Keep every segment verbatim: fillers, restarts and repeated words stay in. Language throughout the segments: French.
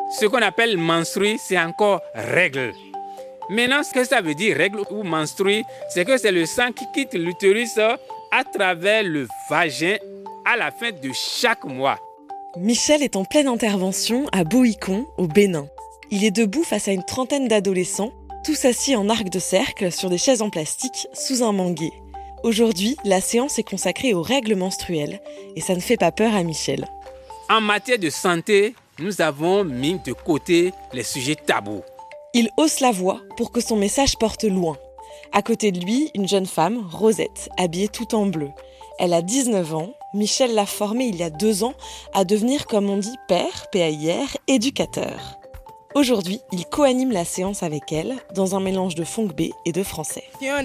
Ce qu'on appelle menstruer, c'est encore règle. Maintenant, ce que ça veut dire, règle ou menstruer, c'est que c'est le sang qui quitte l'utérus à travers le vagin à la fin de chaque mois. Michel est en pleine intervention à Boïcon, au Bénin. Il est debout face à une trentaine d'adolescents, tous assis en arc de cercle sur des chaises en plastique sous un manguier. Aujourd'hui, la séance est consacrée aux règles menstruelles et ça ne fait pas peur à Michel. En matière de santé, nous avons mis de côté les sujets tabous. Il hausse la voix pour que son message porte loin. À côté de lui, une jeune femme, Rosette, habillée tout en bleu. Elle a dix-neuf ans. Michel l'a formée il y a deux ans à devenir, comme on dit, père, P A I R, éducateur. Aujourd'hui, il co-anime la séance avec elle dans un mélange de fongbe et de français.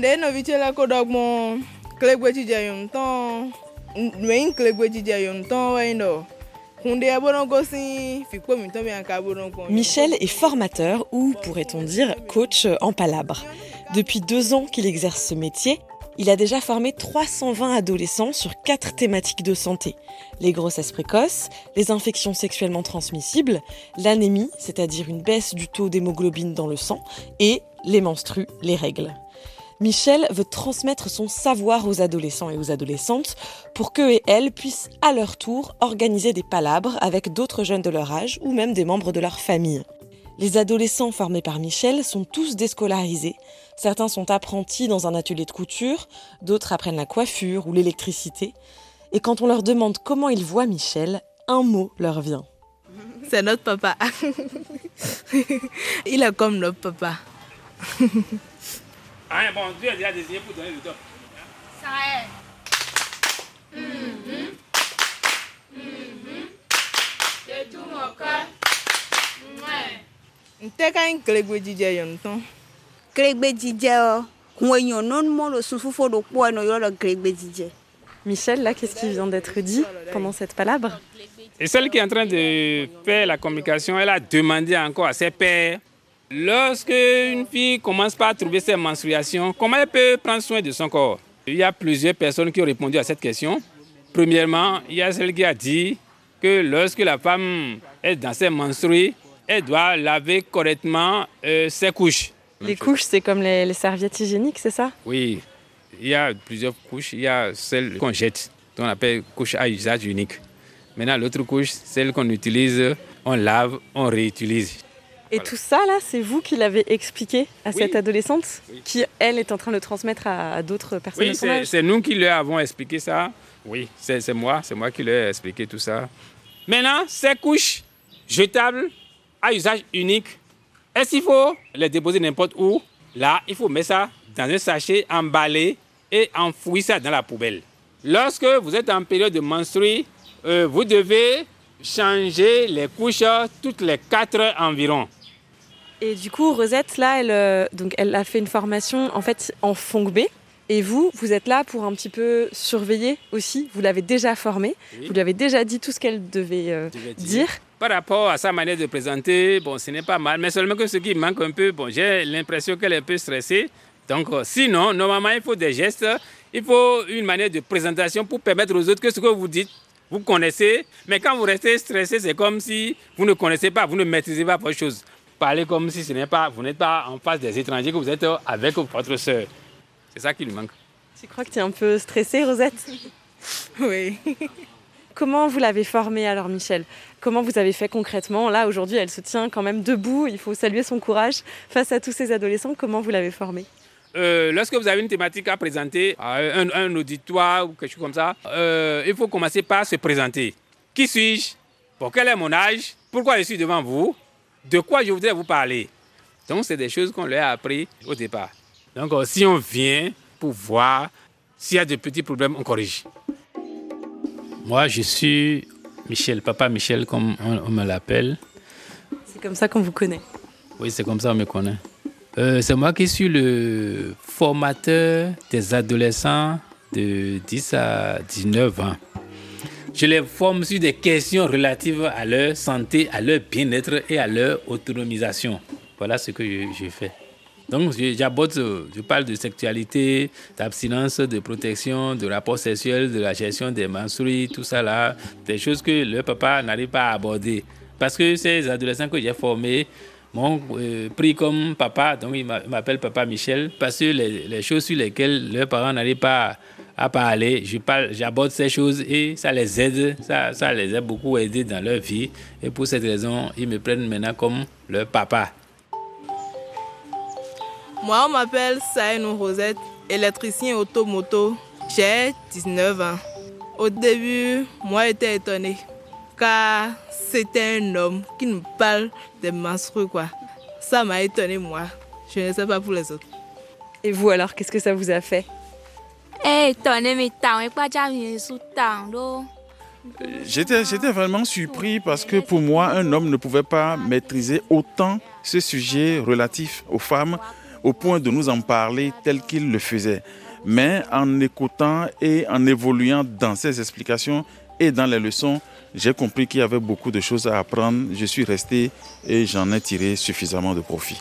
Michel est formateur ou, pourrait-on dire, coach en palabres. Depuis deux ans qu'il exerce ce métier, il a déjà formé trois cent vingt adolescents sur quatre thématiques de santé. Les grossesses précoces, les infections sexuellement transmissibles, l'anémie, c'est-à-dire une baisse du taux d'hémoglobine dans le sang, et les menstrues, les règles. Michel veut transmettre son savoir aux adolescents et aux adolescentes pour qu'eux et elles puissent à leur tour organiser des palabres avec d'autres jeunes de leur âge ou même des membres de leur famille. Les adolescents formés par Michel sont tous déscolarisés. Certains sont apprentis dans un atelier de couture, d'autres apprennent la coiffure ou l'électricité. Et quand on leur demande comment ils voient Michel, un mot leur vient. C'est notre papa. Il est comme notre papa. Ah bon, Dieu a déjà désigné pour donner le top. Ça est. Mm-hmm. Mm-hmm. De tout mon cœur. Ouais. T'es quand même clé de Dieu, yon. Clé de Dieu. Quand yon non mon le souffle de quoi non yon le clé de Dieu. Michel, là, qu'est-ce qui vient d'être dit pendant cette palabre? Et celle qui est en train de faire la communication, elle a demandé encore à ses pairs. Lorsque une fille commence par trouver ses menstruations, comment elle peut prendre soin de son corps? Il y a plusieurs personnes qui ont répondu à cette question. Premièrement, il y a celle qui a dit que lorsque la femme est dans ses menstrues, elle doit laver correctement euh, ses couches. Les couches, c'est comme les, les serviettes hygiéniques, c'est ça? Oui, il y a plusieurs couches. Il y a celle qu'on jette, qu'on appelle couche à usage unique. Maintenant, l'autre couche, celle qu'on utilise, on lave, on réutilise. Et voilà. Tout ça, là, c'est vous qui l'avez expliqué à oui. cette adolescente oui. qui, elle, est en train de transmettre à, à d'autres personnes oui, de son âge? C'est nous qui leur avons expliqué ça. Oui, c'est, c'est moi, c'est moi qui leur ai expliqué tout ça. Maintenant, ces couches jetables à usage unique, est-ce qu'il faut les déposer n'importe où? Là, il faut mettre ça dans un sachet emballé et enfouir ça dans la poubelle. Lorsque vous êtes en période de menstrues, euh, vous devez changer les couches toutes les quatre heures environ. Et du coup, Rosette, là, elle, euh, donc, elle a fait une formation en fait en fongbe. Et vous, vous êtes là pour un petit peu surveiller aussi. Vous l'avez déjà formée. Oui. Vous lui avez déjà dit tout ce qu'elle devait, euh, devait dire. dire. Par rapport à sa manière de présenter, bon, ce n'est pas mal. Mais seulement que ce qui manque un peu, bon, j'ai l'impression qu'elle est un peu stressée. Donc, euh, sinon, normalement, il faut des gestes. Il faut une manière de présentation pour permettre aux autres que ce que vous dites, vous connaissez. Mais quand vous restez stressé, c'est comme si vous ne connaissez pas, vous ne maîtrisez pas votre chose. Parlez comme si ce n'est pas, vous n'êtes pas en face des étrangers, que vous êtes avec votre sœur. C'est ça qui lui manque. Tu crois que tu es un peu stressée, Rosette? Oui. Comment vous l'avez formée alors, Michel? Comment vous avez fait concrètement? Là, aujourd'hui, elle se tient quand même debout. Il faut saluer son courage face à tous ces adolescents. Comment vous l'avez formée? Euh, lorsque vous avez une thématique à présenter à un, un auditoire ou quelque chose comme ça, euh, il faut commencer par se présenter. Qui suis-je? Pour quel est mon âge? Pourquoi je suis devant vous? De quoi je voudrais vous parler? Donc, c'est des choses qu'on leur a appris au départ. Donc, euh, si on vient pour voir s'il y a de petits problèmes, on corrige. Moi, je suis Michel, papa Michel, comme on, on me l'appelle. C'est comme ça qu'on vous connaît? Oui, c'est comme ça qu'on me connaît. Euh, c'est moi qui suis le formateur des adolescents de dix à dix-neuf ans. Je les forme sur des questions relatives à leur santé, à leur bien-être et à leur autonomisation. Voilà ce que je, je fais. Donc, j'aborde, je parle de sexualité, d'abstinence, de protection, de rapports sexuels, de la gestion des menstrues, tout ça là, des choses que le papa n'arrive pas à aborder. Parce que ces adolescents que j'ai formés m'ont euh, pris comme papa, donc ils m'appellent Papa Michel, parce que les, les choses sur lesquelles leurs parents n'arrivent pas à, à parler, je parle, j'aborde ces choses et ça les aide, ça, ça les a beaucoup aidés dans leur vie. Et pour cette raison, ils me prennent maintenant comme leur papa. Moi, on m'appelle Saïnou Rosette, électricien automoto. J'ai dix-neuf ans. Au début, moi, j'étais étonnée, car c'était un homme qui nous parle des menstrues, quoi. Ça m'a étonnée, moi. Je ne sais pas pour les autres. Et vous alors, qu'est-ce que ça vous a fait? Eh, étonné, mais t'as pas déjà vu sous temps, J'étais, j'étais vraiment surpris parce que pour moi, un homme ne pouvait pas maîtriser autant ce sujet relatif aux femmes au point de nous en parler tel qu'il le faisait. Mais en écoutant et en évoluant dans ses explications et dans les leçons, j'ai compris qu'il y avait beaucoup de choses à apprendre. Je suis resté et j'en ai tiré suffisamment de profit.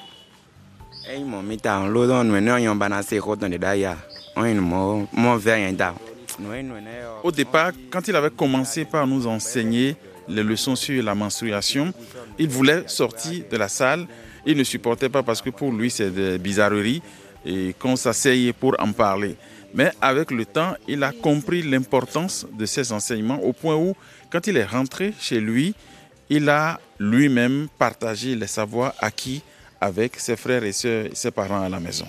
Au départ, quand il avait commencé par nous enseigner les leçons sur la menstruation, il voulait sortir de la salle. Il ne supportait pas parce que pour lui, c'est des bizarreries et qu'on s'asseye pour en parler. Mais avec le temps, il a compris l'importance de ces enseignements au point où, quand il est rentré chez lui, il a lui-même partagé les savoirs acquis avec ses frères et sœurs, ses parents à la maison.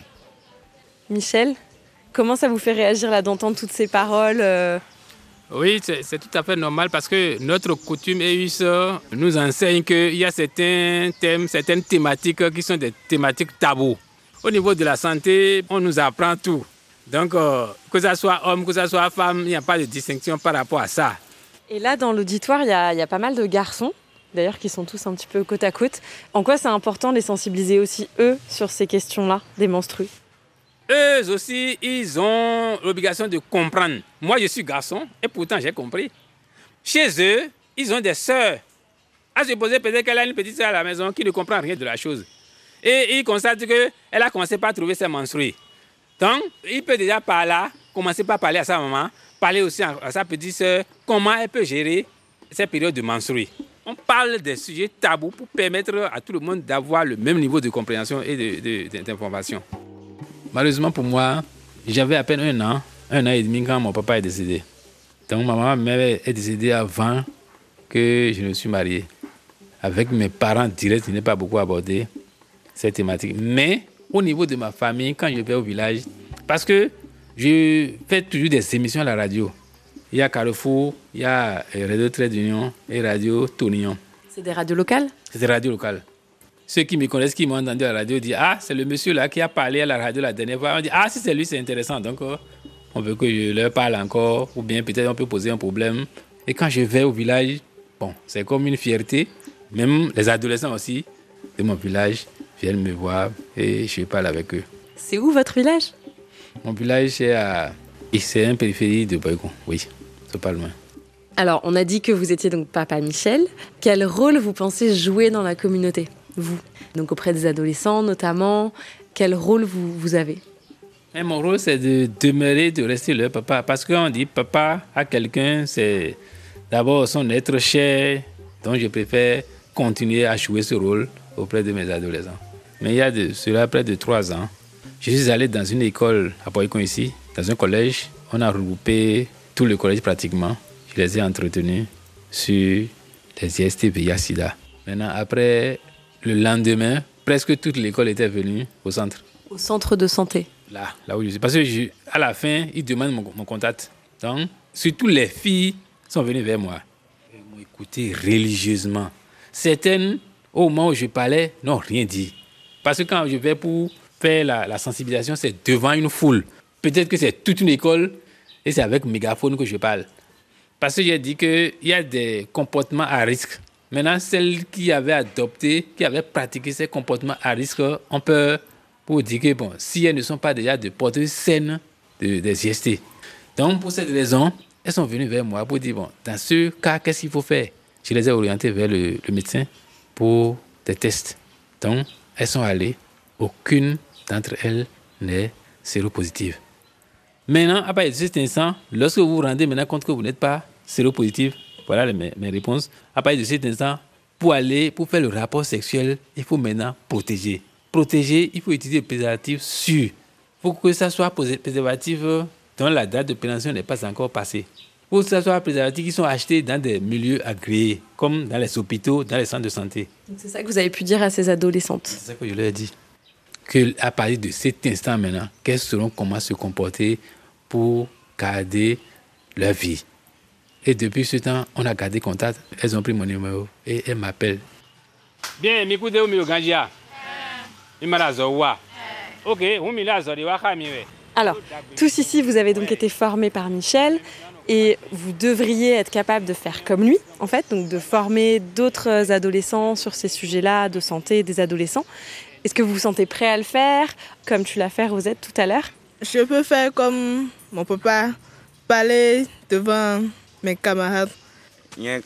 Michel, comment ça vous fait réagir là d'entendre toutes ces paroles euh... Oui, c'est, c'est tout à fait normal parce que notre coutume et us nous enseigne qu'il y a certains thèmes, certaines thématiques qui sont des thématiques tabous. Au niveau de la santé, on nous apprend tout. Donc, euh, que ce soit homme, que ce soit femme, il n'y a pas de distinction par rapport à ça. Et là, dans l'auditoire, il y a, il y a pas mal de garçons, d'ailleurs, qui sont tous un petit peu côte à côte. En quoi c'est important de les sensibiliser aussi, eux, sur ces questions-là, des menstrues? Eux aussi, ils ont l'obligation de comprendre. Moi, je suis garçon et pourtant, j'ai compris. Chez eux, ils ont des sœurs. À supposer peut-être qu'elle a une petite sœur à la maison qui ne comprend rien de la chose. Et ils constatent qu'elle a commencé par trouver ses menstrues. Donc, il peut déjà par là, commencer par parler à sa maman, parler aussi à sa petite sœur, comment elle peut gérer ces périodes de menstrues. On parle des sujets tabous pour permettre à tout le monde d'avoir le même niveau de compréhension et de, de, de, d'information. Malheureusement pour moi, j'avais à peine un an, un an et demi quand mon papa est décédé. Donc ma maman est décédée avant que je ne suis marié. Avec mes parents directs, je n'ai pas beaucoup abordé cette thématique. Mais au niveau de ma famille, quand je vais au village, parce que je fais toujours des émissions à la radio. Il y a Carrefour, il y a Radio Trait d'Union et Radio Tonillon. C'est des radios locales? C'est des radios locales. Ceux qui me connaissent, qui m'ont entendu à la radio, disent « Ah, c'est le monsieur là qui a parlé à la radio la dernière fois. » On dit « Ah, si c'est lui, c'est intéressant. » Donc, euh, on veut que je leur parle encore, ou bien peut-être on peut poser un problème. Et quand je vais au village, bon, c'est comme une fierté. Même les adolescents aussi de mon village viennent me voir et je parle avec eux. C'est où votre village? Mon village, c'est à... C'est un périphérie de Boycon, oui, c'est pas loin. Alors, on a dit que vous étiez donc Papa Michel. Quel rôle vous pensez jouer dans la communauté, vous? Donc auprès des adolescents notamment, quel rôle vous, vous avez? Et mon rôle, c'est de demeurer, de rester leur papa. Parce qu'on dit papa à quelqu'un, c'est d'abord son être cher. Donc je préfère continuer à jouer ce rôle auprès de mes adolescents. Mais il y a de cela près de trois ans, je suis allé dans une école à Boycon ici, dans un collège. On a regroupé tout le collège pratiquement. Je les ai entretenus sur les I S T, V I H, SIDA. Maintenant, après, le lendemain, presque toute l'école était venue au centre. Au centre de santé? Là, là où je suis. Parce que je, à la fin, ils demandent mon, mon contact. Donc, surtout les filles sont venues vers moi. Elles m'ont écouté religieusement. Certaines, au moment où je parlais, n'ont rien dit. Parce que quand je vais pour faire la, la sensibilisation, c'est devant une foule. Peut-être que c'est toute une école et c'est avec mégaphone que je parle. Parce que j'ai dit qu'il y a des comportements à risque. Maintenant, celles qui avaient adopté, qui avaient pratiqué ces comportements à risque, on peut pour dire que bon, si elles ne sont pas déjà de porteuses saines de, des I S T. Donc, pour cette raison, elles sont venues vers moi pour dire, bon, dans ce cas, qu'est-ce qu'il faut faire? Je les ai orientées vers le, le médecin pour des tests. Donc, elles sont allées. Aucune d'entre elles n'est séropositive. Maintenant, à partir de cet instant, lorsque vous vous rendez maintenant compte que vous n'êtes pas séropositif, voilà les, mes, mes réponses. À partir de cet instant, pour aller, pour faire le rapport sexuel, il faut maintenant protéger. Protéger, il faut utiliser des préservatifs sûrs. Il faut que ça soit préservatif dont la date de pénétration n'est pas encore passée. Il faut que ça soit préservatifs qui sont achetés dans des milieux agréés, comme dans les hôpitaux, dans les centres de santé. Donc c'est ça que vous avez pu dire à ces adolescentes. C'est ça que je leur ai dit. Qu'à partir de cet instant maintenant, qu'elles sauront comment se comporter pour garder leur vie. Et depuis ce temps, on a gardé contact. Elles ont pris mon numéro et elles m'appellent. Bien, m'écoutez au milieu Gandia. Ok, alors, tous ici, vous avez donc été formés par Michel et vous devriez être capable de faire comme lui, en fait, donc de former d'autres adolescents sur ces sujets-là de santé des adolescents. Est-ce que vous vous sentez prêt à le faire, comme tu l'as fait, Rosette, tout à l'heure? Je peux faire comme mon papa, parler devant mes camarades. Et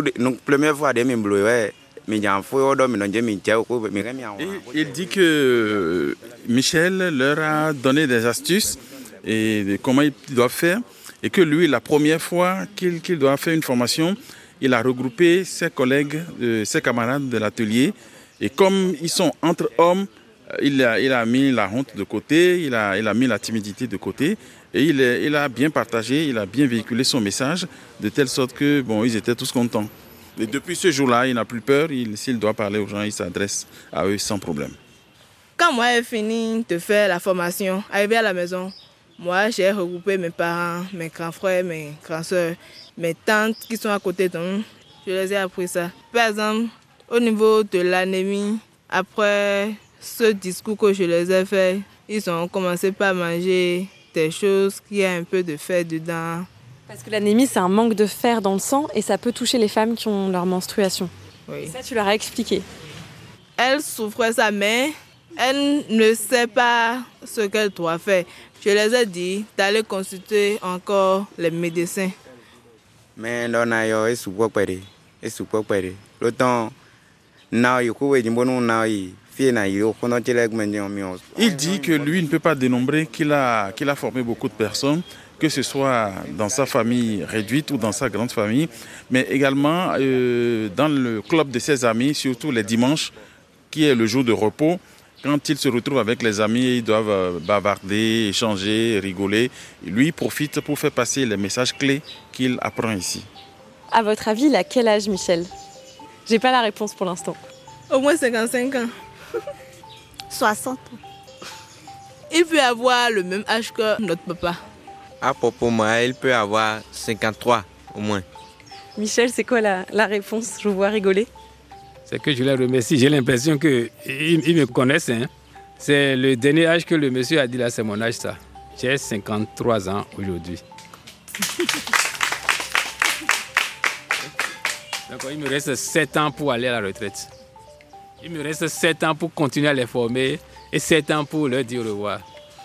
il dit que Michel leur a donné des astuces et de comment ils doivent faire et que lui, la première fois qu'il qu'il doit faire une formation, il a regroupé ses collègues, euh, ses camarades de l'atelier et comme ils sont entre hommes, il a, il a mis la honte de côté, il a, il a mis la timidité de côté et il, est, il a bien partagé, il a bien véhiculé son message de telle sorte que bon, ils étaient tous contents. Et depuis ce jour-là, il n'a plus peur. Il, s'il doit parler aux gens, il s'adresse à eux sans problème. Quand moi j'ai fini de faire la formation, arrivé à la maison, moi j'ai regroupé mes parents, mes grands frères, mes grands soeurs, mes tantes qui sont à côté de nous. Je les ai appris ça. Par exemple, au niveau de l'anémie, après ce discours que je les ai fait, ils ont commencé par manger des choses qui ont un peu de fer dedans. Parce que l'anémie, c'est un manque de fer dans le sang et ça peut toucher les femmes qui ont leur menstruation. Oui. Et ça, tu leur as expliqué. Elle souffrait ça, mais elle ne sait pas ce qu'elle doit faire. Je les ai dit d'aller consulter encore les médecins. Mais non, non, c'est super pas de, c'est super pas de. Le temps, now you go with bon now il dit que lui ne peut pas dénombrer qu'il a qu'il a formé beaucoup de personnes, que ce soit dans sa famille réduite ou dans sa grande famille, mais également euh, dans le club de ses amis, surtout les dimanches, qui est le jour de repos. Quand il se retrouve avec les amis, ils doivent bavarder, échanger, rigoler. Lui, il profite pour faire passer les messages clés qu'il apprend ici. À votre avis, il a quel âge, Michel? J'ai pas la réponse pour l'instant. Au moins cinquante-cinq ans. soixante. Il peut avoir le même âge que notre papa. À propos moi, il peut avoir cinquante-trois au moins. Michel, c'est quoi la, la réponse? Je vous vois rigoler. C'est que je les remercie. J'ai l'impression qu'ils ils me connaissent. Hein. C'est le dernier âge que le monsieur a dit là, c'est mon âge ça. J'ai cinquante-trois ans aujourd'hui. Donc il me reste sept ans pour aller à la retraite. Il me reste sept ans pour continuer à les former et sept ans pour leur dire au revoir.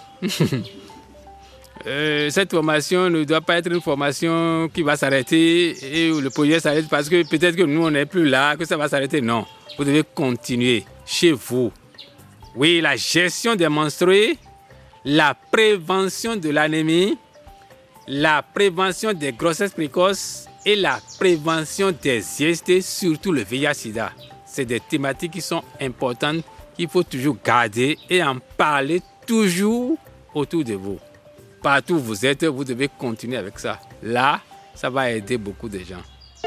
euh, cette formation ne doit pas être une formation qui va s'arrêter et où le projet s'arrête parce que peut-être que nous on n'est plus là, que ça va s'arrêter. Non, vous devez continuer chez vous. Oui, la gestion des menstrués, la prévention de l'anémie, la prévention des grossesses précoces et la prévention des I S T, surtout le V I H sida. C'est des thématiques qui sont importantes, qu'il faut toujours garder et en parler toujours autour de vous. Partout où vous êtes, vous devez continuer avec ça. Là, ça va aider beaucoup de gens.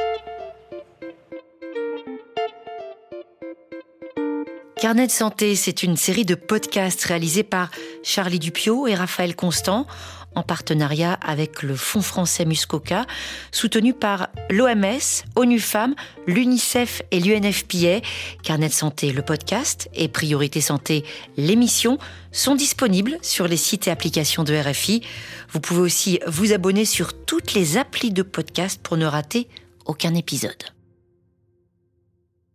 Carnet de santé, c'est une série de podcasts réalisés par Charlie Dupiot et Raphaël Constant, en partenariat avec le Fonds français Muskoka, soutenu par l'O M S, ONU Femmes, l'UNICEF et l'U N F P A. Carnet de santé, le podcast, et Priorité Santé, l'émission, sont disponibles sur les sites et applications de R F I. Vous pouvez aussi vous abonner sur toutes les applis de podcast pour ne rater aucun épisode.